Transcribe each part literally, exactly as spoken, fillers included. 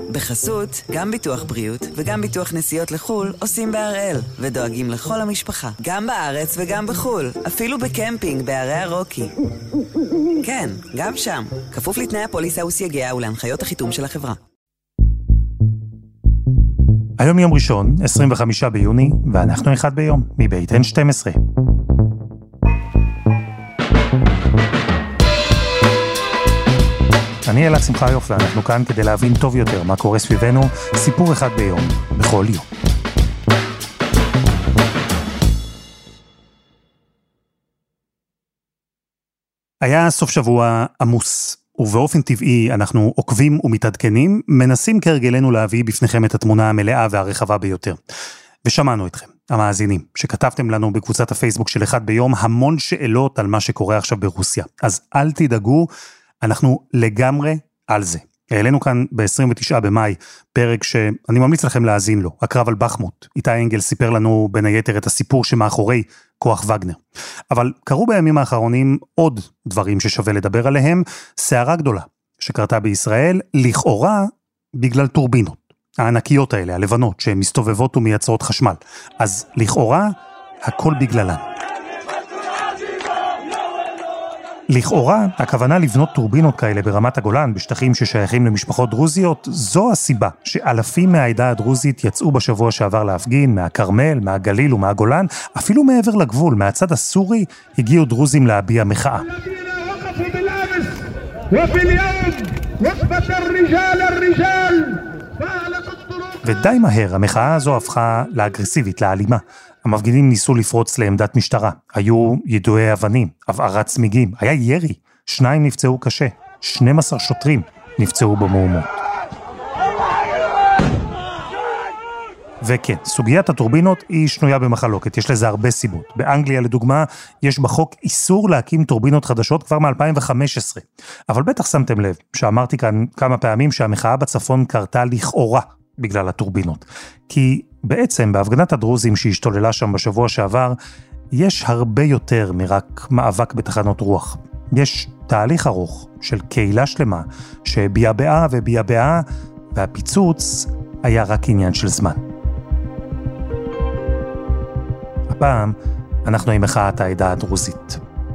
בחסות, גם ביטוח בריאות וגם ביטוח נסיעות לחול עושים בהראל, ודואגים לכל המשפחה, גם בארץ וגם בחול, אפילו בקמפינג בערי הרוקי. כן, גם שם, כפוף לתנאי הפוליסה וסייגיה ולהנחיות החיתום של החברה. היום יום ראשון, עשרים וחמישה ביוני, ואנחנו אחד ביום, מבית אן שתים עשרה. אני אלעד שמחיוף, ואנחנו כאן כדי להבין טוב יותר מה קורה סביבנו, סיפור אחד ביום, בכל יום. היה סוף שבוע עמוס, ובאופן טבעי אנחנו עוקבים ומתעדכנים, מנסים כרגלנו להביא בפניכם את התמונה המלאה והרחבה ביותר. ושמענו אתכם, המאזינים, שכתבתם לנו בקבוצת הפייסבוק של אחד ביום, המון שאלות על מה שקורה עכשיו ברוסיה. אז אל תדאגו, אנחנו לגמרי על זה. העלינו כאן ב-עשרים ותשעה במאי פרק שאני ממליץ לכם להאזין לו, הקרב על בחמוט. איתי אנגל סיפר לנו בין היתר את הסיפור שמאחורי כוח וגנר. אבל קרו בימים האחרונים עוד דברים ששווה לדבר עליהם, סערה גדולה שקרתה בישראל, לכאורה בגלל טורבינות. הענקיות האלה, הלבנות, שהן מסתובבות ומייצרות חשמל. אז לכאורה הכל בגללן. לכאורה, הכוונה לבנות טורבינות כאלה ברמת הגולן, בשטחים ששייכים למשפחות דרוזיות, זו הסיבה שאלפים מהעדה הדרוזית יצאו בשבוע שעבר להפגין, מהקרמל, מהגליל ומהגולן, אפילו מעבר לגבול, מהצד הסורי, הגיעו דרוזים להביע מחאה. ודי מהר, המחאה הזו הפכה לאגרסיבית, לאלימה. המפגינים ניסו לפרוץ לעמדת משטרה, היו ידועי אבנים, הבערת צמיגים, היה ירי, שניים נפצעו קשה, שנים עשר שוטרים נפצעו במהומות. וכן, סוגיית הטורבינות היא שנויה במחלוקת, יש לזה הרבה סיבות. באנגליה לדוגמה, יש בחוק איסור להקים טורבינות חדשות כבר מ-אלפיים וחמש עשרה. אבל בטח שמתם לב, שאמרתי כאן כמה פעמים שהמחאה בצפון קרתה לכאורה בגלל הטורבינות. כי בעצם בהפגנת הדרוזים שהשתוללה שם בשבוע שעבר, יש הרבה יותר מרק מאבק בתחנות רוח. יש תהליך ארוך של קהילה שלמה שביעבעה וביעבעה, והפיצוץ היה רק עניין של זמן. הפעם אנחנו עם מחאת העדה הדרוזית.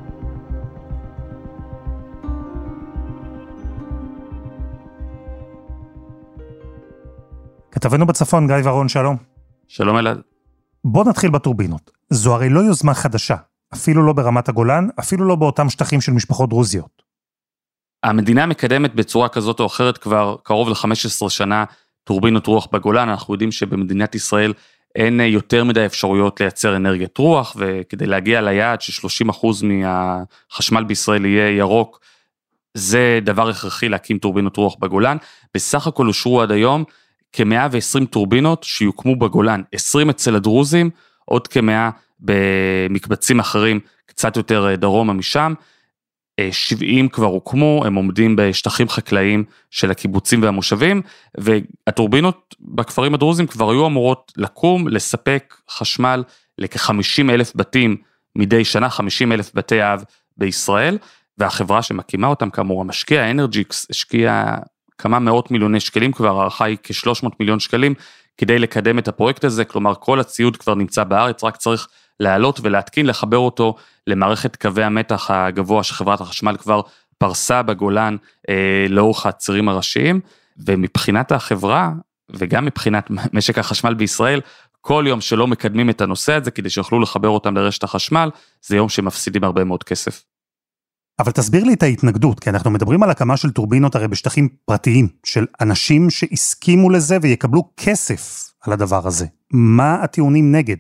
כתבנו בצפון, גיא ורון, שלום. שלום אלעד. בוא נתחיל בטורבינות. זו הרי לא יוזמה חדשה, אפילו לא ברמת הגולן, אפילו לא באותם שטחים של משפחות דרוזיות. המדינה מקדמת בצורה כזאת או אחרת כבר קרוב ל-חמש עשרה שנה טורבינות רוח בגולן. אנחנו יודעים שבמדינת ישראל אין יותר מדי אפשרויות לייצר אנרגיית רוח, וכדי להגיע ליעד ש-שלושים אחוז מהחשמל בישראל יהיה ירוק, זה דבר הכרחי להקים טורבינות רוח בגולן. בסך הכל אושרו עד היום כ-מאה ועשרים טורבינות שיוקמו בגולן, עשרים אצל הדרוזים, עוד כ-מאה במקבצים אחרים, קצת יותר דרומה משם, שבעים כבר הוקמו, הם עומדים בשטחים חקלאיים של הקיבוצים והמושבים, והטורבינות בכפרים הדרוזים כבר היו אמורות לקום, לספק חשמל לכ-חמישים אלף בתים מדי שנה, חמישים אלף בתי אב בישראל, והחברה שמקימה אותם כאמור, המשקיע, אנרג'יקס, השקיע כמה מאות מיליוני שקלים, כבר הערכה היא כ-שלוש מאות מיליון שקלים, כדי לקדם את הפרויקט הזה, כלומר כל הציוד כבר נמצא בארץ, רק צריך לעלות ולהתקין, לחבר אותו למערכת קווי המתח הגבוה, שחברת החשמל כבר פרסה בגולן, אה, לאורך הצירים הראשיים, ומבחינת החברה, וגם מבחינת משק החשמל בישראל, כל יום שלא מקדמים את הנושא הזה, כדי שיוכלו לחבר אותם לרשת החשמל, זה יום שמפסידים הרבה מאוד כסף. אבל תסביר לי את ההתנגדות, כי אנחנו מדברים על הקמה של טורבינות הרי בשטחים פרטיים, של אנשים שהסכימו לזה ויקבלו כסף על הדבר הזה. מה הטיעונים נגד?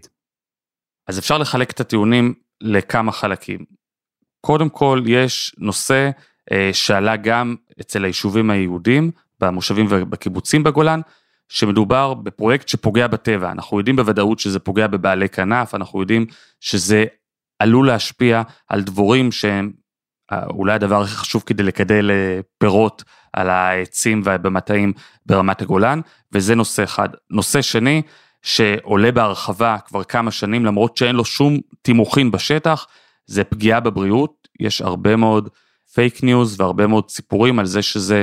אז אפשר לחלק את הטיעונים לכמה חלקים. קודם כל יש נושא אה, שעלה גם אצל היישובים היהודים, במושבים ובקיבוצים בגולן, שמדובר בפרויקט שפוגע בטבע. אנחנו יודעים בוודאות שזה פוגע בבעלי כנף, אנחנו יודעים שזה עלול להשפיע על דבורים שהם אולי הדבר הכי חשוב כדי לקדל פירות על העצים ובמטעים ברמת הגולן, וזה נושא אחד. נושא שני, שעולה בהרחבה כבר כמה שנים, למרות שאין לו שום תימוכין בשטח, זה פגיעה בבריאות. יש הרבה מאוד פייק ניוז והרבה מאוד סיפורים על זה שזה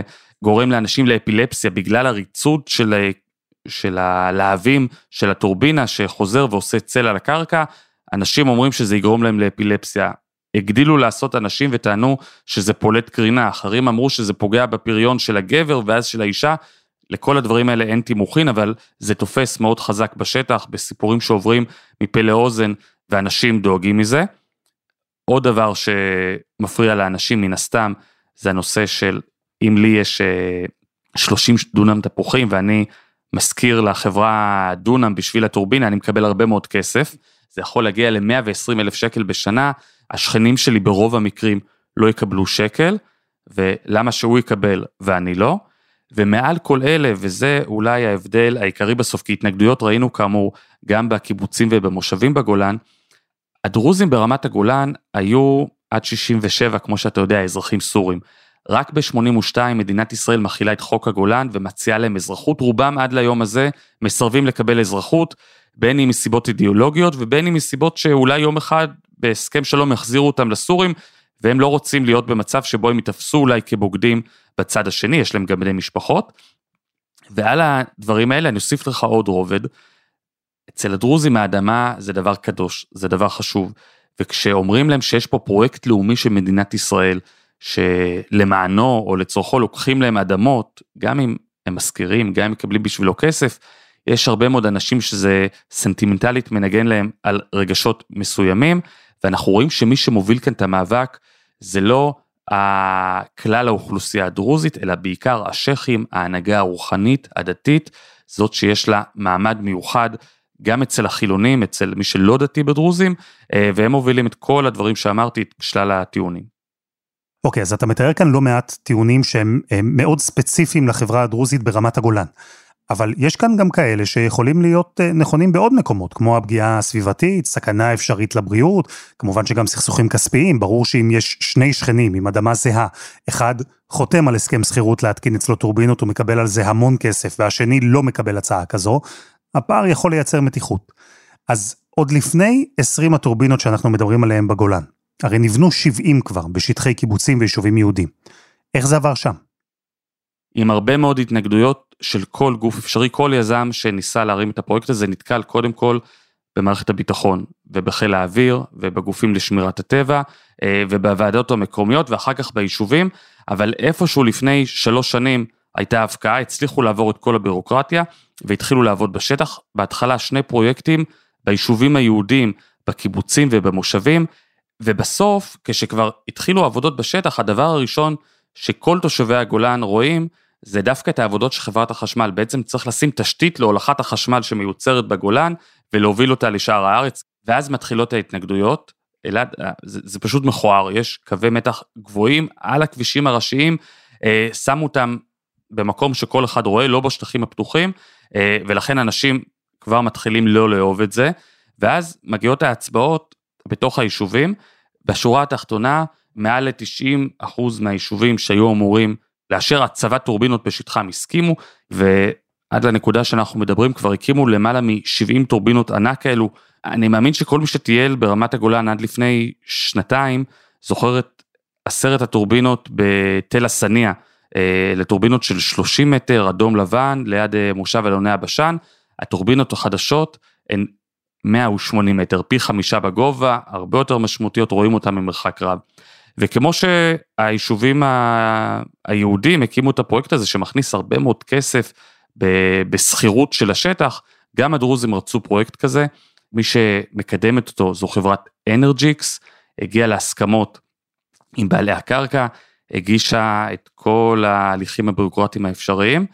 גורם לאנשים לאפילפסיה, בגלל הריצות של, של הלהבים של הטורבינה, שחוזר ועושה צל על הקרקע, אנשים אומרים שזה יגרום להם לאפילפסיה. הגדילו לעשות אנשים וטענו שזה פולט קרינה, אחרים אמרו שזה פוגע בפריון של הגבר ואז של האישה, לכל הדברים האלה אין תימוכין, אבל זה תופס מאוד חזק בשטח, בסיפורים שעוברים מפה לאוזן, ואנשים דואגים מזה. עוד דבר שמפריע לאנשים מן הסתם, זה הנושא של, אם לי יש שלושים דונם תפוחים, ואני מזכיר לחברה דונם בשביל הטורבינה, אני מקבל הרבה מאוד כסף, זה יכול להגיע ל-מאה ועשרים אלף שקל בשנה, השכנים שלי ברוב המקרים לא יקבלו שקל, ולמה שהוא יקבל ואני לא, ומעל כל אלה, וזה אולי ההבדל העיקרי בסוף, כי התנגדויות ראינו כאמור, גם בקיבוצים ובמושבים בגולן, הדרוזים ברמת הגולן היו עד שישים ושבע, כמו שאתה יודע, אזרחים סורים. רק ב-שמונים ושתיים מדינת ישראל מכילה את חוק הגולן, ומציעה להם אזרחות, רובם עד ליום הזה מסרבים לקבל אזרחות, בין אם מסיבות אידיאולוגיות, ובין אם מסיבות שאולי יום אחד בהסכם שלום יחזירו אותם לסורים, והם לא רוצים להיות במצב שבו הם יתפסו אולי כבוגדים בצד השני, יש להם גם בני משפחות, ועל הדברים האלה אני אוסיף לך עוד רובד, אצל הדרוזים האדמה זה דבר קדוש, זה דבר חשוב, וכשאומרים להם שיש פה פרויקט לאומי של מדינת ישראל, שלמענו או לצורכו לוקחים להם אדמות, גם אם הם מזכירים, גם אם מקבלים בשבילו כסף, יש הרבה מאוד אנשים שזה סנטימנטלית מנגן להם על רגשות מסוימים, ואנחנו רואים שמי שמוביל כאן את המאבק, זה לא הכלל האוכלוסייה הדרוזית, אלא בעיקר השכים, ההנהגה הרוחנית, הדתית, זאת שיש לה מעמד מיוחד, גם אצל החילונים, אצל מי שלא דתי בדרוזים, והם מובילים את כל הדברים שאמרתי, את שלל הטיעונים. אוקיי, אז אתה מתאר כאן לא מעט טיעונים שהם מאוד ספציפיים לחברה הדרוזית ברמת הגולן. אבל יש כאן גם כאלה שיכולים להיות נכונים בעוד מקומות, כמו הפגיעה הסביבתית, סכנה אפשרית לבריאות, כמובן שגם סכסוכים כספיים, ברור שאם יש שני שכנים עם אדמה זהה, אחד חותם על הסכם שכירות להתקין אצלו טורבינות, הוא מקבל על זה המון כסף, והשני לא מקבל הצעה כזו, הפער יכול לייצר מתיחות. אז עוד לפני עשרים הטורבינות שאנחנו מדברים עליהם בגולן, הרי נבנו שבעים כבר בשטחי קיבוצים ויישובים יהודים. איך זה עבר שם? עם הרבה מאוד התנגדויות של כל גוף אפשרי, כל יזם שניסה להרים את הפרויקט הזה, נתקל קודם כל במערכת הביטחון, ובחיל האוויר, ובגופים לשמירת הטבע, ובוועדות המקומיות, ואחר כך ביישובים, אבל איפשהו לפני שלוש שנים הייתה הפקעה, הצליחו לעבור את כל הבירוקרטיה, והתחילו לעבוד בשטח, בהתחלה שני פרויקטים, ביישובים היהודים, בקיבוצים ובמושבים, ובסוף, כשכבר התחילו עבודות בשטח, הדבר הראשון שכל תושבי הגולן רואים, זה דווקא את העבודות של חברת החשמל, בעצם צריך לשים תשתית להולכת החשמל שמיוצרת בגולן, ולהוביל אותה לשאר הארץ, ואז מתחילות ההתנגדויות, אלעד, זה, זה פשוט מכוער, יש קווי מתח גבוהים על הכבישים הראשיים, אה, שמו אותם במקום שכל אחד רואה, לא בשטחים הפתוחים, אה, ולכן אנשים כבר מתחילים לא לאהוב את זה, ואז מגיעות ההצבעות בתוך היישובים, בשורה התחתונה, מעל ל-תשעים אחוז מהיישובים שהיו אמורים לאשר הצבת טורבינות בשטחם הסכימו, ועד לנקודה שאנחנו מדברים כבר הקימו למעלה מ-שבעים טורבינות ענק האלו. אני מאמין שכל מי שטייל ברמת הגולן עד לפני שנתיים, זוכר את עשרת הטורבינות בתל הסניה, לטורבינות של שלושים מטר, אדום לבן, ליד מושב אלוני הבשן, הטורבינות החדשות הן מאה ושמונים מטר, פי חמישה בגובה, הרבה יותר משמעותיות, רואים אותם ממרחק רב. וכמו שהיישובים היהודים הקימו את הפרויקט הזה, שמכניס הרבה מאוד כסף בסחירות של השטח, גם הדרוזים רצו פרויקט כזה, מי שמקדמת אותו זו חברת אנרג'יקס, הגיעה להסכמות עם בעלי הקרקע, הגישה את כל ההליכים הבירוקרטיים האפשריים,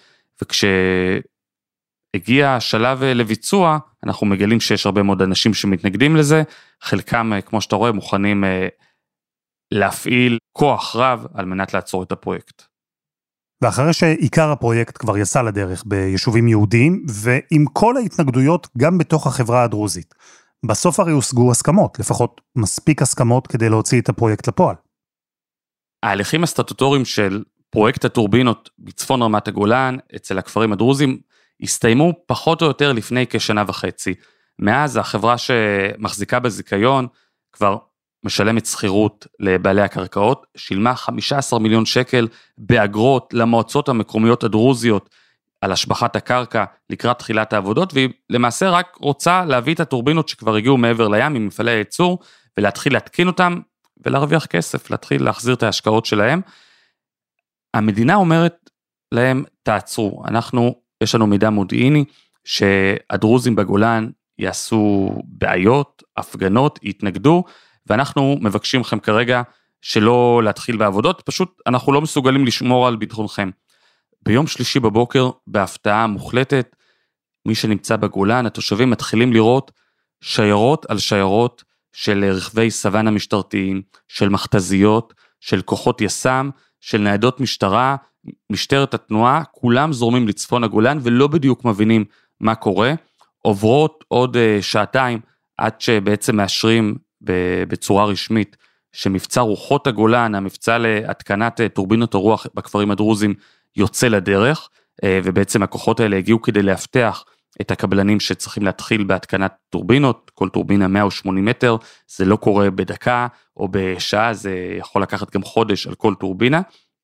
וכשהגיע השלב לביצוע, אנחנו מגלים שיש הרבה מאוד אנשים שמתנגדים לזה, חלקם, כמו שאתה רואה, מוכנים להפעיל כוח רב על מנת לעצור את הפרויקט. ואחרי שעיקר הפרויקט כבר יצא לדרך ביישובים יהודיים, ועם כל ההתנגדויות גם בתוך החברה הדרוזית, בסוף הרי הושגו הסכמות, לפחות מספיק הסכמות כדי להוציא את הפרויקט לפועל. ההליכים הסטטוטוריים של פרויקט הטורבינות בצפון רמת הגולן, אצל הכפרים הדרוזים, הסתיימו פחות או יותר לפני כשנה וחצי. מאז החברה שמחזיקה בזיכיון, כבר משלמת שכירות לבעלי הקרקעות, שילמה חמישה עשר מיליון שקל באגרות למועצות המקומיות הדרוזיות על השבחת הקרקע לקראת תחילת העבודות, והיא למעשה רק רוצה להביא את הטורבינות שכבר הגיעו מעבר לים ממפעלי הייצור, ולהתחיל להתקין אותם ולהרוויח כסף, להתחיל להחזיר את ההשקעות שלהם. המדינה אומרת להם, תעצרו, אנחנו, יש לנו מידע מודיעיני, שהדרוזים בגולן יעשו בעיות, הפגנות, יתנגדו, ואנחנו מבקשים לכם כרגע שלא להתחיל בעבודות, פשוט אנחנו לא מסוגלים לשמור על ביטחונכם. ביום שלישי בבוקר, בהפתעה מוחלטת, מי שנמצא בגולן, התושבים מתחילים לראות שיירות על שיירות של רכבי סוואנה משטרתיים, של מכתזיות, של כוחות יס"מ, של ניידות משטרה, משטרת התנועה, כולם זורמים לצפון הגולן ולא בדיוק מבינים מה קורה, עוברות עוד שעתיים עד שבעצם מאשרים בצורה רשמית שמבצע רוחות הגולן, המבצע להתקנת טורבינות הרוח בכפרים הדרוזים יוצא לדרך, ובעצם הכוחות האלה הגיעו כדי להבטח את הקבלנים שצריכים להתחיל בהתקנת טורבינות, כל טורבינה מאה ושמונים מטר, זה לא קורה בדקה או בשעה, זה יכול לקחת גם חודש על כל טורבינה,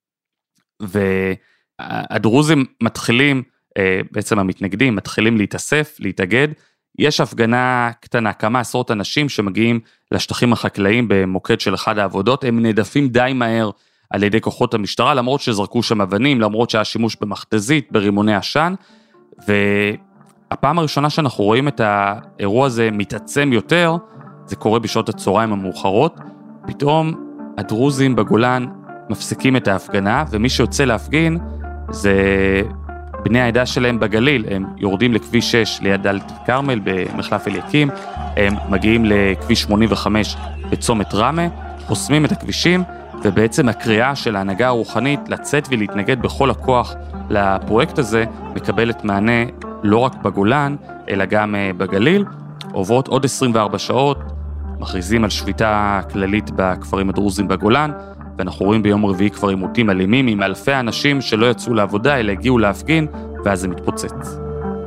והדרוזים מתחילים, בעצם המתנגדים, מתחילים להתאסף, להתאגד, יש הפגנה קטנה, כמה עשרות אנשים שמגיעים לשטחים החקלאיים במוקד של אחד העבודות, הם נדפים די מהר על ידי כוחות המשטרה, למרות שזרקו שם אבנים, למרות שהיה שימוש במכתזית, ברימוני עשן, והפעם הראשונה שאנחנו רואים את האירוע הזה מתעצם יותר, זה קורה בשעות הצהריים המאוחרות, פתאום הדרוזים בגולן מפסיקים את ההפגנה, ומי שיוצא להפגין זה בני העדה שלהם בגליל, הם יורדים לכביש שש ליד דלית כרמל במחלף אליקים, הם מגיעים לכביש שמונים וחמש בצומת רמה, חוסמים את הכבישים, ובעצם הקריאה של ההנהגה הרוחנית לצאת ולהתנגד בכל הכוח לפרויקט הזה, מקבלת מענה לא רק בגולן, אלא גם בגליל, עוברות עוד עשרים וארבע שעות, מכריזים על שביתה כללית בכפרים הדרוזים בגולן, ואנחנו רואים ביום רביעי כבר עימותים אלימים עם אלפי אנשים שלא יצאו לעבודה, אלא הגיעו להפגין, ואז זה מתפוצץ.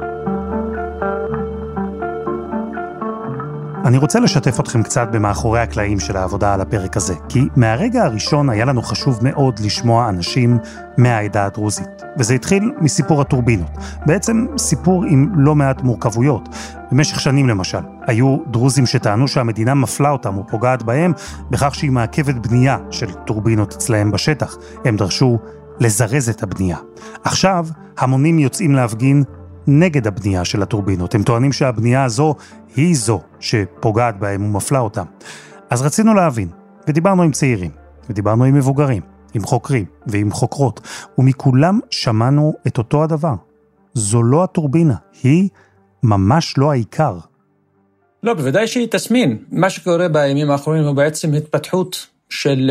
אני רוצה לשתף אתכם קצת במאחורי הקלעים של העבודה על הפרק הזה, כי מהרגע הראשון היה לנו חשוב מאוד לשמוע אנשים מהעדה הדרוזית. וזה התחיל מסיפור הטורבינות. בעצם סיפור עם לא מעט מורכבויות. במשך שנים למשל, היו דרוזים שטענו שהמדינה מפלה אותם ופוגעת בהם, בכך שהיא מעכבת בנייה של טורבינות אצלהם בשטח. הם דרשו לזרז את הבנייה. עכשיו, המונים יוצאים להפגין נגד הבנייה של הטורבינות. הם טוענים שהבנייה הזו היא זו שפוגעת בהם ומפלה אותם. אז רצינו להבין, ודיברנו עם צעירים, ודיברנו עם מבוגרים, עם חוקרים ועם חוקרות, ומכולם שמענו את אותו הדבר. זו לא הטורבינה, היא ממש לא העיקר. לא, בוודאי שהיא תסמין. מה שקורה בימים האחרונים הוא בעצם התפתחות של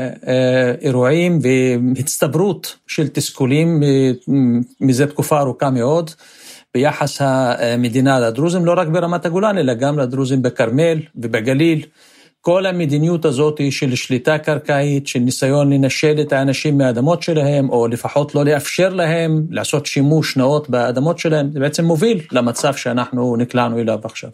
אירועים והצטברות של תסכולים מזה תקופה ארוכה מאוד, ביחס המדינה לדרוזים, לא רק ברמת הגולן, אלא גם לדרוזים בכרמל ובגליל. כל המדיניות הזאת של שליטה קרקעית, של ניסיון לנשל את האנשים מהאדמות שלהם, או לפחות לא לאפשר להם לעשות שימוש נאות באדמות שלהם, זה בעצם מוביל למצב שאנחנו נקלענו אליו עכשיו.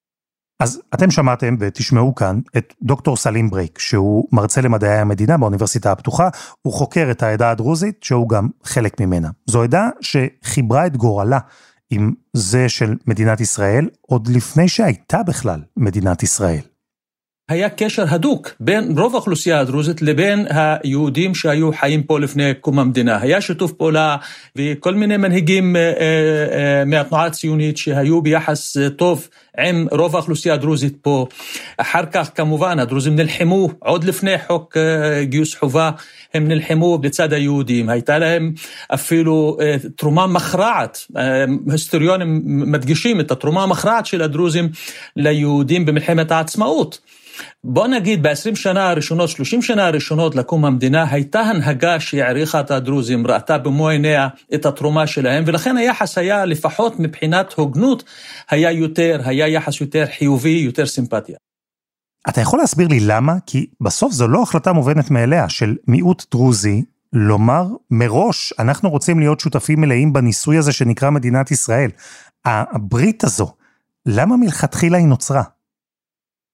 אז אתם שמעתם ותשמעו כאן את דוקטור סלים ברייק, שהוא מרצה למדעי המדינה באוניברסיטה הפתוחה, הוא חוקר את העדה הדרוזית, שהוא גם חלק ממנה. זו עדה שחיברה את גורלה עם זה של מדינת ישראל, עוד לפני שהייתה בכלל מדינת ישראל. היה קשר הדוק בין רוב האוכלוסייה הדרוזית לבין היהודים שהיו חיים פה לפני קום המדינה. היה שיתוף פעולה וכל מיני מנהיגים מהתנועה הציונית שהיו ביחס טוב עם רוב האוכלוסייה הדרוזית פה. אחר כך כמובן הדרוזים נלחמו עוד לפני חוק גיוס חובה, הם נלחמו בצד היהודים. הייתה להם אפילו תרומה מכרעת, היסטוריונים מדגישים את התרומה המכרעת של הדרוזים ליהודים במלחמת העצמאות. בוא נגיד, ב-עשרים שנה הראשונות, שלושים שנה הראשונות לקום המדינה, הייתה הנהגה שהעריכה את הדרוזים, ראתה במו עיניה את התרומה שלהם, ולכן היחס היה, לפחות מבחינת הוגנות, היה יותר, היה יחס יותר חיובי, יותר סימפתיה. אתה יכול להסביר לי למה? כי בסוף זו לא החלטה מובנת מאליה של מיעוט דרוזי, לומר מראש, אנחנו רוצים להיות שותפים מלאים בניסוי הזה שנקרא מדינת ישראל. הברית הזו, למה מלכתחילה היא נוצרה?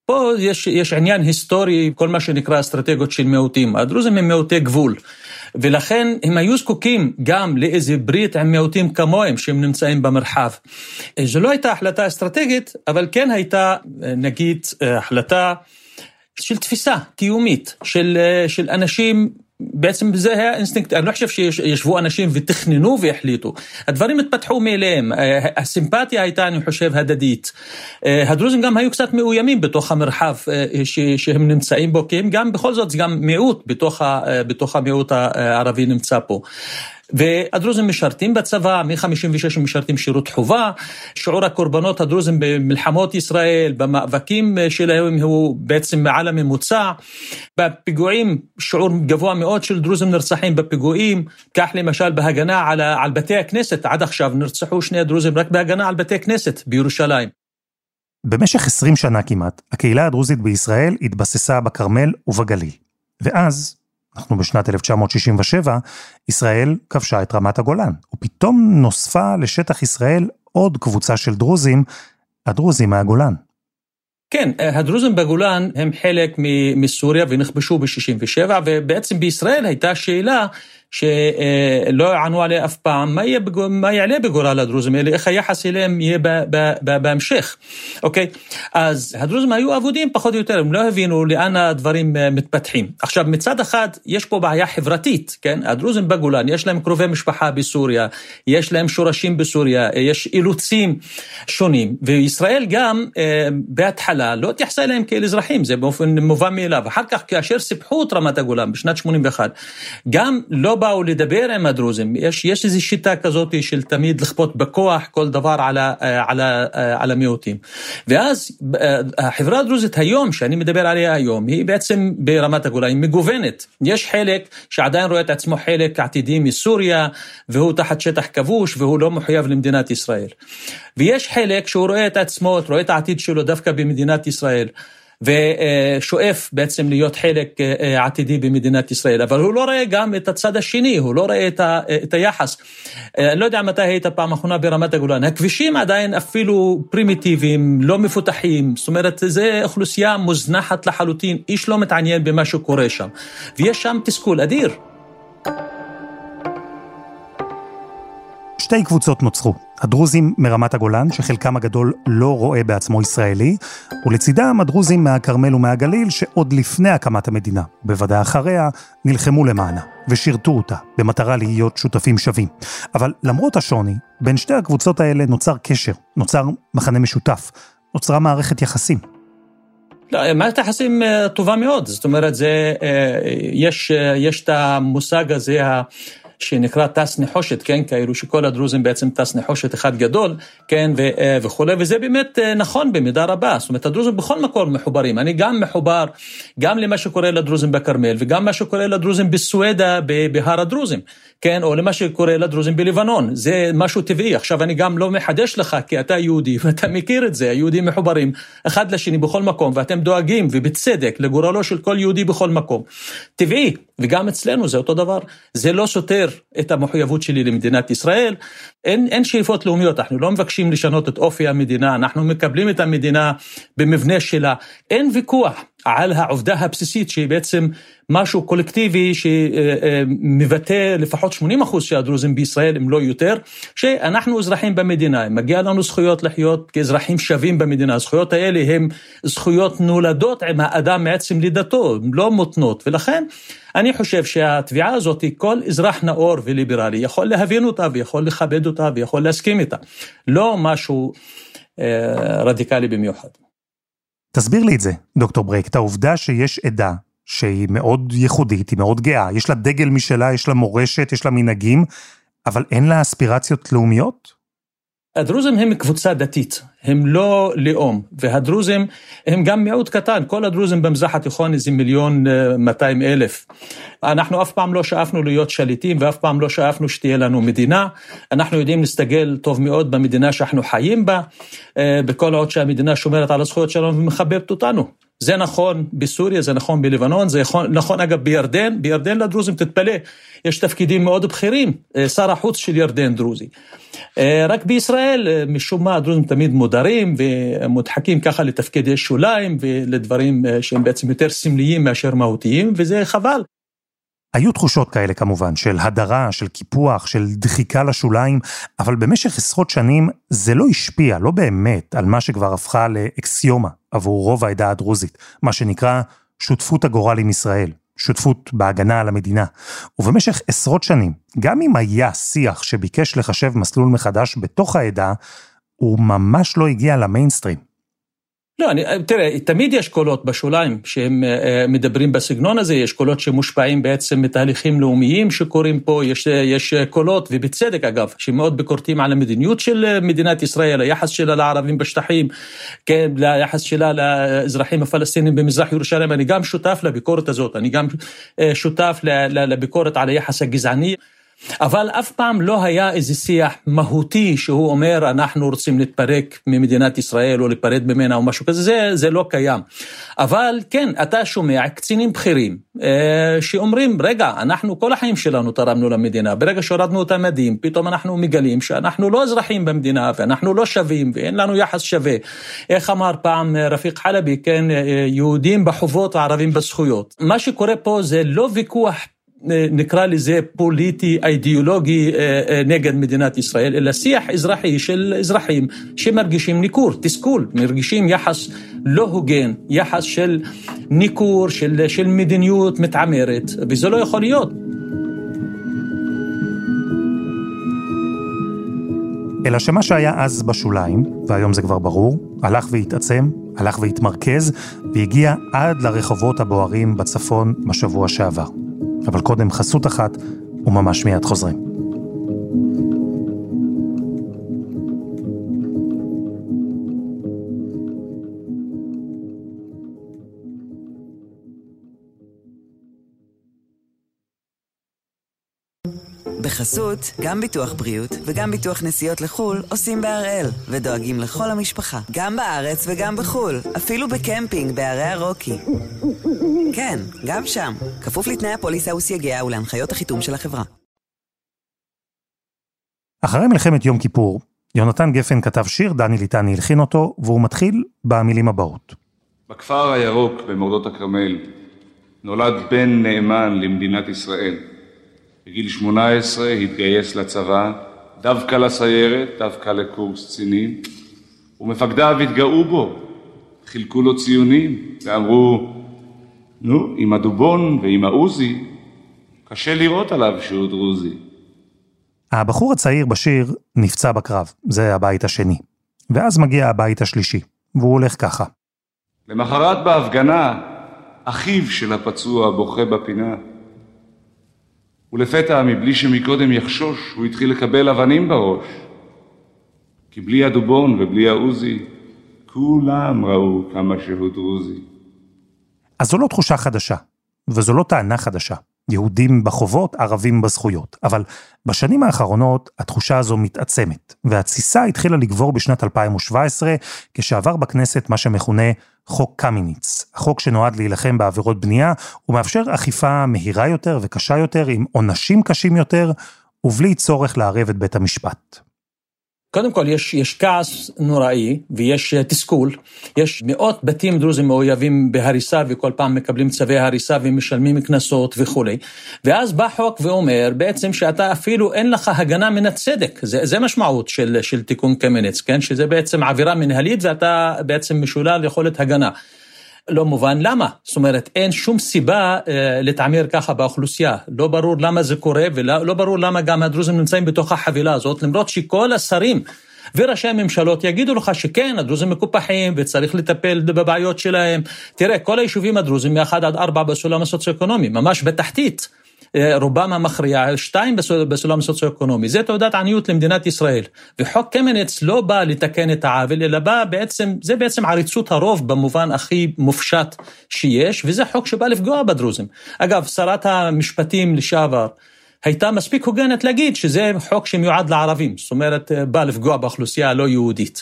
פה יש, יש עניין היסטורי, כל מה שנקרא אסטרטגיות של מיעוטים. הדרוזים הם מיעוטי גבול, ולכן הם היו זקוקים גם לאיזה ברית עם מיעוטים כמוהם שהם נמצאים במרחב. זו לא הייתה החלטה אסטרטגית, אבל כן הייתה, נגיד, החלטה של תפיסה קיומית, של, של אנשים, בעצם זה היה אינסטינקט, אני לא חושב שישבו אנשים ותכננו והחליטו. הדברים התפתחו מאליהם, הסימפתיה הייתה, אני חושב, הדדית. הדרוזים גם היו קצת מאוימים בתוך המרחב שהם נמצאים בו, כי הם גם, בכל זאת, זה גם מיעוט בתוך, בתוך המיעוט הערבי נמצא פה. והדרוזים משרתים בצבא, מ-חמישים ושש משרתים שירות חובה, שיעור הקורבנות הדרוזים במלחמות ישראל, במאבקים שלהם הוא בעצם מעל הממוצע, בפיגועים שיעור גבוה מאוד של דרוזים נרצחים בפיגועים, כך למשל בהגנה על, על בתי הכנסת, עד עכשיו נרצחו שני דרוזים רק בהגנה על בתי כנסת בירושלים. במשך עשרים שנה כמעט, הקהילה הדרוזית בישראל התבססה בכרמל ובגליל, ואז אנחנו בשנת אלף תשע מאות שישים ושבע, ישראל כבשה את רמת הגולן, ופתאום נוספה לשטח ישראל עוד קבוצה של דרוזים, הדרוזים מהגולן. כן, הדרוזים בגולן הם חלק מסוריה ונכבשו ב-שישים ושבע, ובעצם בישראל הייתה שאלה שלא ענו עליה אף פעם, מה, יהיה, מה יעלה בגורל הדרוזים האלה, איך היחס אליהם יהיה ב, ב, ב, בהמשך. אוקיי? אז הדרוזים היו עבודים פחות או יותר, הם לא הבינו לאן הדברים מתפתחים. עכשיו, מצד אחד, יש פה בעיה חברתית, כן? הדרוזים בגולן, יש להם קרובי משפחה בסוריה, יש להם שורשים בסוריה, יש אילוצים שונים, וישראל גם בהתחלה לא התייחסה אליהם כאל אזרחים, זה באופן מובן מאליו. אחר כך, כאשר סיפחו את רמת הגולן בשנת שמונים ואחת, גם לא באו לדבר עם הדרוזים, יש, יש איזו שיטה כזאת של תמיד לכפות בכוח כל דבר על, ה, על, ה, על המיעוטים. ואז החברה הדרוזית היום, שאני מדבר עליה היום, היא בעצם ברמת הגולן, היא מגוונת. יש חלק שעדיין רואה את עצמו חלק עתידי מסוריה, והוא תחת שטח כבוש, והוא לא מחויב למדינת ישראל. ויש חלק שהוא רואה את עצמו, רואה את העתיד שלו דווקא במדינת ישראל, ושואף בעצם להיות חלק עתידי במדינת ישראל, אבל הוא לא רואה גם את הצד השני, הוא לא רואה את, ה, את היחס. אני לא יודע מתי היית פעם האחרונה ברמת הגולן, הכבישים עדיין אפילו פרימיטיביים, לא מפותחים, זאת אומרת, זה אוכלוסייה מוזנחת לחלוטין, איש לא מתעניין במה שקורה שם, ויש שם תסכול אדיר. שתי קבוצות נוצרו, הדרוזים מרמת הגולן, שחלקם הגדול לא רואה בעצמו ישראלי, ולצידם הדרוזים מהכרמל ומהגליל, שעוד לפני הקמת המדינה, בוודאי אחריה, נלחמו למענה, ושירתו אותה, במטרה להיות שותפים שווים. אבל למרות השוני, בין שתי הקבוצות האלה נוצר קשר, נוצר מחנה משותף, נוצרה מערכת יחסים. לא, מערכת יחסים טובה מאוד, זאת אומרת, זה, יש, יש את המושג הזה, שנקרא טס נחושת, כן, כאילו שכל הדרוזים בעצם טס נחושת אחד גדול, כן, ו, וכו', וזה באמת נכון במידה רבה, זאת אומרת, הדרוזים בכל מקום מחוברים, אני גם מחובר, גם למה שקורה לדרוזים בכרמל, וגם מה שקורה לדרוזים בסואדה, בהר הדרוזים, כן, או למה שקורה לדרוזים בלבנון, זה משהו טבעי, עכשיו אני גם לא מחדש לך, כי אתה יהודי, ואתה מכיר את זה, היהודים מחוברים אחד לשני בכל מקום, ואתם דואגים, ובצדק, לגורלו של כל יהודי בכל מקום, טבעי, וגם אצלנו זה אותו דבר, זה לא סותר את המחויבות שלי למדינת ישראל, אין, אין שאיפות לאומיות, אנחנו לא מבקשים לשנות את אופי המדינה, אנחנו מקבלים את המדינה במבנה שלה, אין ויכוח על העובדה הבסיסית שהיא בעצם משהו קולקטיבי שמבטא לפחות שמונים אחוז שהדרוזים בישראל הם לא יותר, שאנחנו אזרחים במדינה, מגיע לנו זכויות לחיות כאזרחים שווים במדינה, הזכויות האלה הן זכויות נולדות עם האדם מעצם לידתו, הן לא מותנות, ולכן אני חושב שהתביעה הזאת, כל אזרח נאור וליברלי יכול להבין אותה ויכול לכבד אותה ויכול להסכים איתה, לא משהו אה, רדיקלי במיוחד. תסביר לי את זה, דוקטור ברייק, את העובדה שיש עדה שהיא מאוד ייחודית, היא מאוד גאה, יש לה דגל משלה, יש לה מורשת, יש לה מנהגים, אבל אין לה אספירציות לאומיות? הדרוזים הם קבוצה דתית, הם לא לאום, והדרוזים הם גם מיעוט קטן, כל הדרוזים במזרח התיכון איזה מיליון מאתיים אלף. אנחנו אף פעם לא שאפנו להיות שליטים, ואף פעם לא שאפנו שתהיה לנו מדינה, אנחנו יודעים להסתגל טוב מאוד במדינה שאנחנו חיים בה, בכל עוד שהמדינה שומרת על הזכויות שלנו ומחבבת אותנו. זה נכון בסוריה, זה נכון בלבנון, זה נכון, נכון אגב בירדן, בירדן לדרוזים תתפלא, יש תפקידים מאוד בכירים, שר החוץ של ירדן דרוזי. רק בישראל, משום מה, הדרוזים תמיד מודרים ומודחקים ככה לתפקידי שוליים ולדברים שהם בעצם יותר סמליים מאשר מהותיים, וזה חבל. היו תחושות כאלה כמובן, של הדרה, של קיפוח, של דחיקה לשוליים, אבל במשך עשרות שנים זה לא השפיע, לא באמת, על מה שכבר הפכה לאקסיומה עבור רוב העדה הדרוזית, מה שנקרא שותפות הגורל עם ישראל, שותפות בהגנה על המדינה. ובמשך עשרות שנים, גם אם היה שיח שביקש לחשב מסלול מחדש בתוך העדה, הוא ממש לא הגיע למיינסטרים. לא, אני, תראה, תמיד יש קולות בשוליים שהם uh, מדברים בסגנון הזה, יש קולות שמושפעים בעצם מתהליכים לאומיים שקורים פה, יש, יש קולות, ובצדק אגב, שמאוד ביקורתיים על המדיניות של מדינת ישראל, היחס שלה לערבים בשטחים, כן, היחס שלה לאזרחים הפלסטינים במזרח ירושלים, אני גם שותף לביקורת הזאת, אני גם uh, שותף לביקורת על היחס הגזעני, אבל אף פעם לא היה איזה שיח מהותי שהוא אומר אנחנו רוצים להתפרק ממדינת ישראל או להיפרד ממנה או משהו כזה, זה, זה לא קיים. אבל כן, אתה שומע קצינים בכירים אה, שאומרים, רגע, אנחנו כל החיים שלנו תרמנו למדינה, ברגע שהורדנו את המדים, פתאום אנחנו מגלים שאנחנו לא אזרחים במדינה ואנחנו לא שווים ואין לנו יחס שווה. איך אמר פעם רפיק חלבי, כן, יהודים בחובות וערבים בזכויות. מה שקורה פה זה לא ויכוח נקרא לזה פוליטי, אידיאולוגי נגד מדינת ישראל, אלא שיח אזרחי של אזרחים שמרגישים ניכור, תסכול, מרגישים יחס לא הוגן, יחס של ניכור, של, של מדיניות מתעמרת, וזה לא יכול להיות. אלא שמה שהיה אז בשוליים, והיום זה כבר ברור, הלך והתעצם, הלך והתמרכז, והגיע עד לרחובות הבוערים בצפון בשבוע שעבר. אבל קודם חסות אחת, וממש מיד חוזרים. בחסות, גם ביטוח בריאות וגם ביטוח נסיעות לחול עושים בהראל, ודואגים לכל המשפחה, גם בארץ וגם בחול, אפילו בקמפינג בערי הרוקי. כן, גם שם, כפוף לתנאי הפוליסה וסייגיה ולהנחיות החיתום של החברה. אחרי מלחמת יום כיפור, יונתן גפן כתב שיר, דני ליטני הלחין אותו, והוא מתחיל במילים הבאות. בכפר הירוק במורדות הכרמל נולד בן נאמן למדינת ישראל. בגיל שמונה עשרה התגייס לצבא, דווקא לסיירת, דווקא לקורס קצינים, ומפקדיו התגאו בו, חילקו לו ציונים, ואמרו, נו, עם הדובון ועם העוזי, קשה לראות עליו שהוא דרוזי. הבחור הצעיר בשיר נפצע בקרב, זה הבית השני. ואז מגיע הבית השלישי, והוא הולך ככה. למחרת בהפגנה, אחיו של הפצוע בוכה בפינה. ולפתע, מבלי שמקודם יחשוש, הוא התחיל לקבל אבנים בראש. כי בלי הדובון ובלי העוזי, כולם ראו כמה שהוא דרוזי. אז זו לא תחושה חדשה, וזו לא טענה חדשה. יהודים בחובות, ערבים בזכויות. אבל בשנים האחרונות התחושה הזו מתעצמת, והתסיסה התחילה לגבור בשנת אלפיים שבע עשרה, כשעבר בכנסת מה שמכונה חוק קמיניץ, החוק שנועד להילחם בעבירות בנייה, ומאפשר אכיפה מהירה יותר וקשה יותר, עם עונשים קשים יותר, ובלי צורך לערב את בית המשפט. קודם כל, יש, יש כעס נוראי, ויש תסכול. יש מאות בתים דרוזים מאויבים בהריסה, וכל פעם מקבלים צווי הריסה, ומשלמים כנסות וכו'. ואז בא חוק ואומר, בעצם שאתה אפילו אין לך הגנה מן הצדק. זה, זה משמעות של, של תיקון קמיניץ, כן? שזה בעצם עבירה מנהלית, ואתה בעצם משולל יכולת הגנה. לא מובן למה, זאת אומרת, אין שום סיבה אה, לתעמר ככה באוכלוסייה, לא ברור למה זה קורה, ולא לא ברור למה גם הדרוזים נמצאים בתוך החבילה הזאת, למרות שכל השרים וראשי הממשלות יגידו לך שכן, הדרוזים מקופחים וצריך לטפל בבעיות שלהם. תראה, כל היישובים הדרוזים מאחד עד ארבע בסולם הסוציו-אקונומי, ממש בתחתית, רובם המכריע, שתיים בסולם סוציו-אקונומי. זה תעודת עניות למדינת ישראל. וחוק קמיניץ לא בא לתקן את העוול, אלא בא בעצם, זה בעצם עריצות הרוב במובן הכי מופשט שיש, וזה חוק שבא לפגוע בדרוזים. אגב, שרת המשפטים לשעבר, הייתה מספיק הוגנת להגיד שזה חוק שמיועד לערבים, זאת אומרת, בא לפגוע באוכלוסייה הלא יהודית.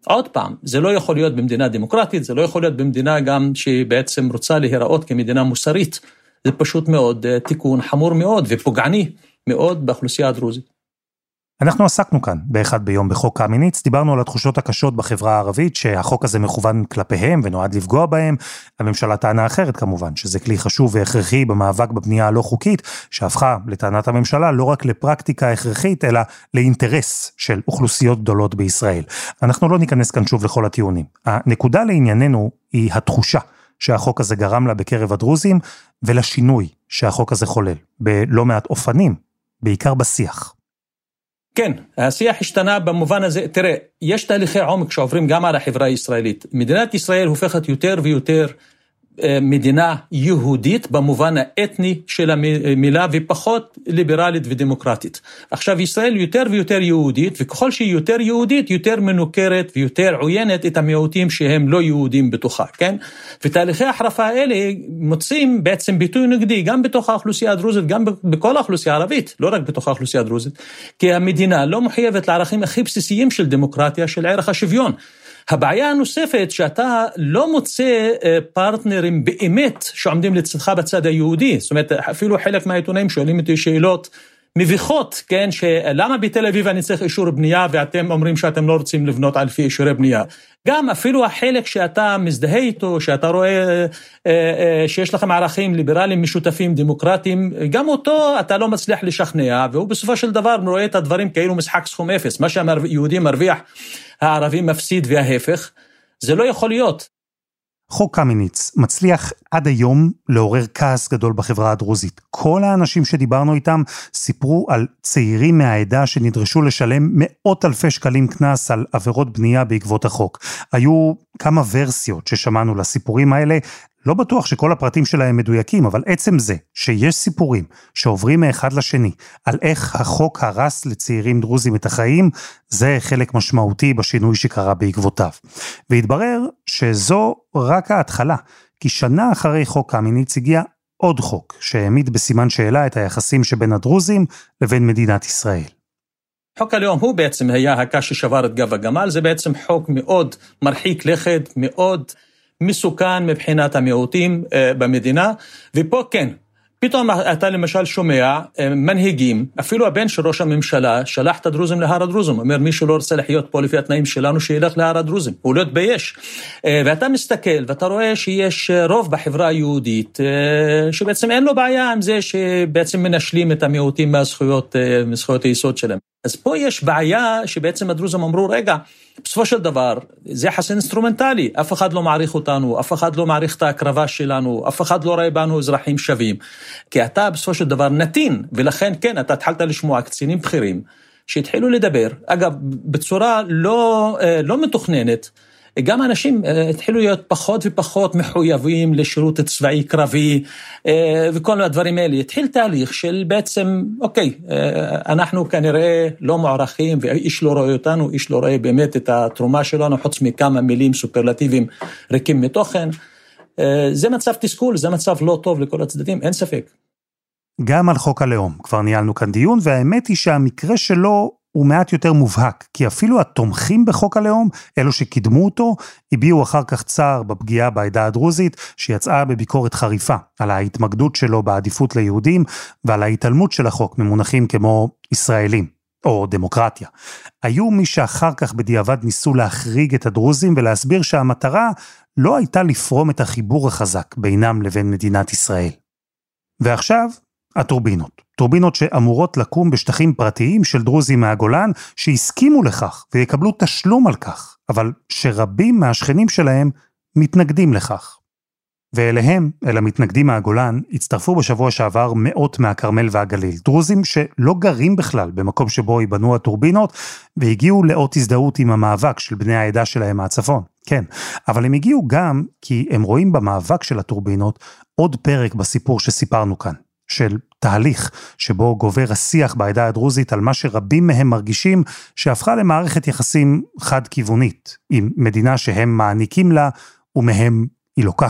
עוד פעם, זה לא יכול להיות במדינה דמוקרטית, זה לא יכול להיות במדינה גם שבעצם רוצה להיראות כמדינה מוסרית. זה פשוט מאוד תיקון חמור מאוד ופוגעני מאוד באוכלוסייה הדרוזית. אנחנו עסקנו כאן באחד ביום בחוק קמיניץ, דיברנו על התחושות הקשות בחברה הערבית, שהחוק הזה מכוון כלפיהם ונועד לפגוע בהם. הממשלה טענה אחרת כמובן, שזה כלי חשוב והכרחי במאבק בבנייה הלא חוקית, שהפכה לטענת הממשלה לא רק לפרקטיקה הכרחית, אלא לאינטרס של אוכלוסיות גדולות בישראל. אנחנו לא ניכנס כאן שוב לכל הטיעונים. הנקודה לענייננו היא התחושה שהחוק הזה גרם לה בקרב הדרוזים, ולשינוי שהחוק הזה חולל, בלא מעט אופנים, בעיקר בשיח. כן, השיח השתנה במובן הזה. תראה, יש תהליכי עומק שעוברים גם על החברה הישראלית. מדינת ישראל הופכת יותר ויותר מדינה יהודית במובן האתני של המילה, ופחות ליברלית ודמוקרטית. עכשיו ישראל יותר ויותר יהודית, וככל שהיא יותר יהודית, יותר מנוכרת ויותר עוינת את המיעוטים שהם לא יהודים בתוכה, כן? ותהליכי החרפה האלה מוצאים בעצם ביטוי נגדי, גם בתוך האוכלוסייה הדרוזית, גם בכל האוכלוסייה הערבית, לא רק בתוך האוכלוסייה הדרוזית, כי המדינה לא מחויבת לערכים הכי בסיסיים של דמוקרטיה, של ערך השוויון. הבעיה הנוספת שאתה לא מוצא פרטנרים באמת שעומדים לצדך בצד היהודי. זאת אומרת, אפילו חלק מהעיתונאים שואלים אותי שאלות מביכות, כן, שלמה בתל אביב אני צריך אישור בנייה ואתם אומרים שאתם לא רוצים לבנות על פי אישורי בנייה. גם אפילו החלק שאתה מזדהה איתו, שאתה רואה שיש לכם ערכים ליברליים משותפים דמוקרטיים, גם אותו אתה לא מצליח לשכנע, והוא בסופו של דבר רואה את הדברים כאילו משחק סכום אפס. מה שהיהודי מרוויח, הערבי מפסיד וההפך. זה לא יכול להיות. חוק קמיניץ מצליח עד היום לעורר כעס גדול בחברה הדרוזית. כל האנשים שדיברנו איתם סיפרו על צעירים מהעדה שנדרשו לשלם מאות אלפי שקלים קנס על עבירות בנייה בעקבות החוק. היו כמה ורסיות ששמענו לסיפורים האלה, לא בטוח שכל הפרטים שלהם מדויקים, אבל עצם זה שיש סיפורים שעוברים מאחד לשני על איך החוק הרס לצעירים דרוזים את החיים, זה חלק משמעותי בשינוי שקרה בעקבותיו. והתברר שזו רק ההתחלה, כי שנה אחרי חוק קמיניץ הגיע עוד חוק שהעמיד בסימן שאלה את היחסים שבין הדרוזים לבין מדינת ישראל. חוק הלאום הוא בעצם היה הקש ששבר את גב הגמל, זה בעצם חוק מאוד מרחיק לכת, מאוד מסוכן מבחינת המיעוטים במדינה, ופה כן, פתאום אתה למשל שומע מנהיגים, אפילו הבן של ראש הממשלה שלח את הדרוזים להר הדרוזים, אומר מי שלא רוצה לחיות פה לפי התנאים שלנו שילך להר הדרוזים, הוא לא יתבייש. ואתה מסתכל ואתה רואה שיש רוב בחברה היהודית, שבעצם אין לו בעיה עם זה שבעצם מנשלים את המיעוטים מהזכויות, מזכויות היסוד שלהם. אז פה יש בעיה שבעצם הדרוזים אמרו, רגע, בסופו של דבר, זה יחס אינסטרומנטלי, אף אחד לא מעריך אותנו, אף אחד לא מעריך את ההקרבה שלנו, אף אחד לא רואה בנו אזרחים שווים, כי אתה בסופו של דבר נתין, ולכן כן, אתה התחלת לשמוע קצינים בכירים, שהתחילו לדבר, אגב, בצורה לא, לא מתוכננת, גם אנשים התחילו להיות פחות ופחות מחויבים לשירות צבאי קרבי, וכל הדברים האלה. התחיל תהליך של בעצם, אוקיי, אנחנו כנראה לא מערכים, ואיש לא רואה אותנו, איש לא רואה באמת את התרומה שלנו, חוץ מכמה מילים סופרלטיביים ריקים מתוכן. זה מצב תסכול, זה מצב לא טוב לכל הצדדים, אין ספק. גם על חוק הלאום, כבר ניהלנו כאן דיון, והאמת היא שהמקרה שלו הוא מעט יותר מובהק, כי אפילו התומכים בחוק הלאום, אלו שקידמו אותו, הביעו אחר כך צער בפגיעה בעדה הדרוזית, שיצאה בביקורת חריפה על ההתמקדות שלו בעדיפות ליהודים, ועל ההתעלמות של החוק ממונחים כמו ישראלים, או דמוקרטיה. היו מי שאחר כך בדיעבד ניסו להחריג את הדרוזים, ולהסביר שהמטרה לא הייתה לפרום את החיבור החזק בינם לבין מדינת ישראל. ועכשיו, הטורבינות. טורבינות שאמורות לקום בשטחים פרטיים של דרוזים מהגולן, שהסכימו לכך ויקבלו תשלום על כך, אבל שרבים מהשכנים שלהם מתנגדים לכך. ואליהם, אל המתנגדים מהגולן, הצטרפו בשבוע שעבר מאות מהקרמל והגליל. דרוזים שלא גרים בכלל במקום שבו ייבנו הטורבינות, והגיעו לאות הזדהות עם המאבק של בני העדה שלהם מהצפון. כן, אבל הם הגיעו גם כי הם רואים במאבק של הטורבינות עוד פרק בסיפור שסיפרנו כאן. של תהליך שבו גובר השיח בעדה הדרוזית על מה שרבים מהם מרגישים שהפכה למערכת יחסים חד-כיוונית, עם מדינה שהם מעניקים לה ומהם היא לוקחת.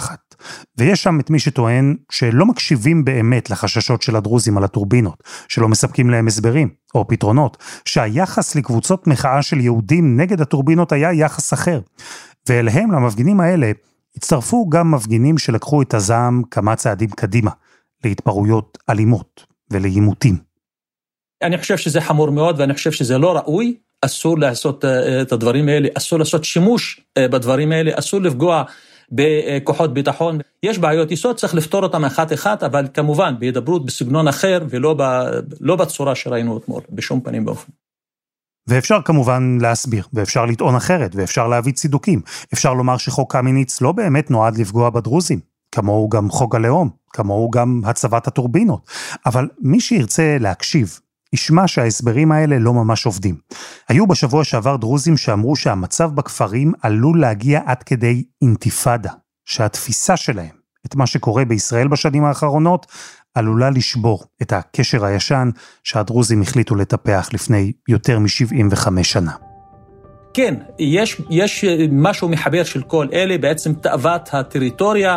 ויש שם את מי שטוען שלא מקשיבים באמת לחששות של הדרוזים על הטורבינות, שלא מספקים להם הסברים או פתרונות, שהיחס לקבוצות מחאה של יהודים נגד הטורבינות היה יחס אחר. ואליהם, למפגינים האלה, הצטרפו גם מפגינים שלקחו את הזעם כמה צעדים קדימה, להתפרעויות אלימות ולעימותים. אני חושב שזה חמור מאוד, ואני חושב שזה לא ראוי, אסור לעשות את הדברים האלה, אסור לעשות שימוש בדברים האלה, אסור לפגוע בכוחות ביטחון. יש בעיות יסוד, צריך לפתור אותם אחת אחת, אבל כמובן בהידברות בסגנון אחר, ולא ב, לא בצורה שראינו אתמול, בשום פנים באופן. ואפשר כמובן להסביר, ואפשר לטעון אחרת, ואפשר להביא צידוקים. אפשר לומר שחוק קמיניץ לא באמת נועד לפגוע בדרוזים, כמוהו גם חוק הלאום, כמוהו גם הצבת הטורבינות. אבל מי שירצה להקשיב, ישמע שההסברים האלה לא ממש עובדים. היו בשבוע שעבר דרוזים שאמרו שהמצב בכפרים עלול להגיע עד כדי אינתיפאדה, שהתפיסה שלהם, את מה שקורה בישראל בשנים האחרונות, עלולה לשבור את הקשר הישן שהדרוזים החליטו לטפח לפני יותר מ-שבעים וחמש שנה. כן, יש, יש משהו מחבר של כל אלה, בעצם תאוות הטריטוריה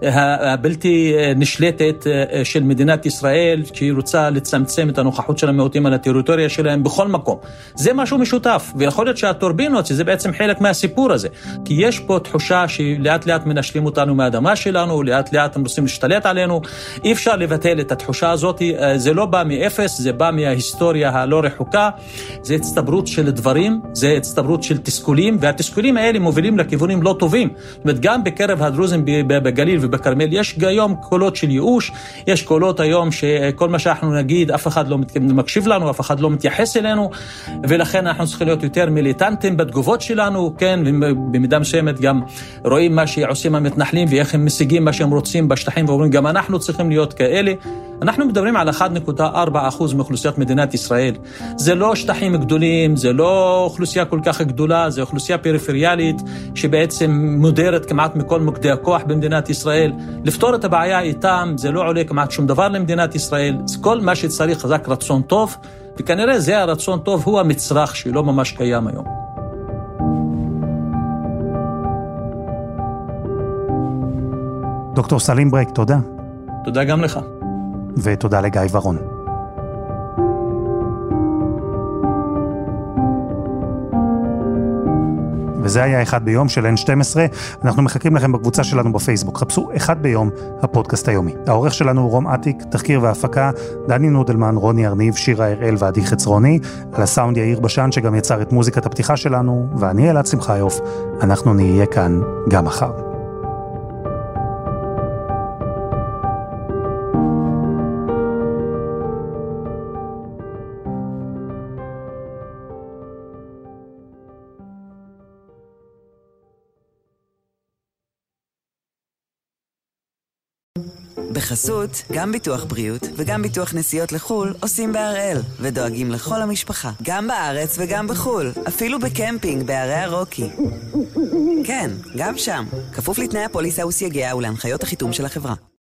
הבלתי נשלטת של מדינת ישראל, שהיא רוצה לצמצם את הנוכחות של המיעוטים על הטריטוריה שלהם בכל מקום. זה משהו משותף, ויכול להיות שהטורבינות, שזה בעצם חלק מהסיפור הזה. כי יש פה תחושה שלאט לאט מנשלים אותנו מהאדמה שלנו, לאט לאט הם רוצים להשתלט עלינו. אי אפשר לבטל את התחושה הזאת, זה לא בא מאפס, זה בא מההיסטוריה הלא רחוקה, זה הצטברות של דברים, זה הצטברות של תסכולים, והתסכולים האלה מובילים לכיוונים לא טובים. זאת אומרת, גם בקרב הדרוזים בגליל ובכרמל יש היום קולות של ייאוש, יש קולות היום שכל מה שאנחנו נגיד, אף אחד לא מקשיב לנו, אף אחד לא מתייחס אלינו, ולכן אנחנו צריכים להיות יותר מיליטנטים בתגובות שלנו, כן, ובמידה מסוימת גם רואים מה שעושים המתנחלים, ואיך הם משיגים מה שהם רוצים בשטחים, ואומרים גם אנחנו צריכים להיות כאלה. אנחנו מדברים על אחת נקודה ארבע אחוז מאוכלוסיית מדינת ישראל. זה לא שטחים גדולים, זה לא אוכלוסייה כל כך גדולה, זה אוכלוסייה פריפריאלית שבעצם מודרת כמעט מכל מוקדי הכוח במדינת ישראל. לפתור את הבעיה איתם, זה לא עולה כמעט שום דבר למדינת ישראל. זה כל מה שצריך חזק רצון טוב, וכנראה זה הרצון טוב הוא המצרך שלא ממש קיים היום. דוקטור סלים ברייק, תודה. תודה גם לך. ותודה לגיא ורון. וזה היה אחד ביום של אן שתים עשרה. אנחנו מחכים לכם בקבוצה שלנו בפייסבוק. חפשו אחד ביום, הפודקאסט היומי. העורך שלנו הוא רום עתיק, תחקיר והפקה, דני נודלמן, רוני ארניב, שירה הראל ועדי חצרוני, על הסאונד יאיר בשן שגם יצר את מוזיקת הפתיחה שלנו, ואני אלעד שמחיוף. אנחנו נהיה כאן גם מחר. בחסות, גם ביטוח בריאות וגם ביטוח נסיעות לחול עושים בהראל ודואגים לכל המשפחה, גם בארץ וגם בחול, אפילו בקמפינג בערי הרוקי. כן, גם שם, כפוף לתנאי הפוליסה וסייגיה ולהנחיות החיתום של החברה.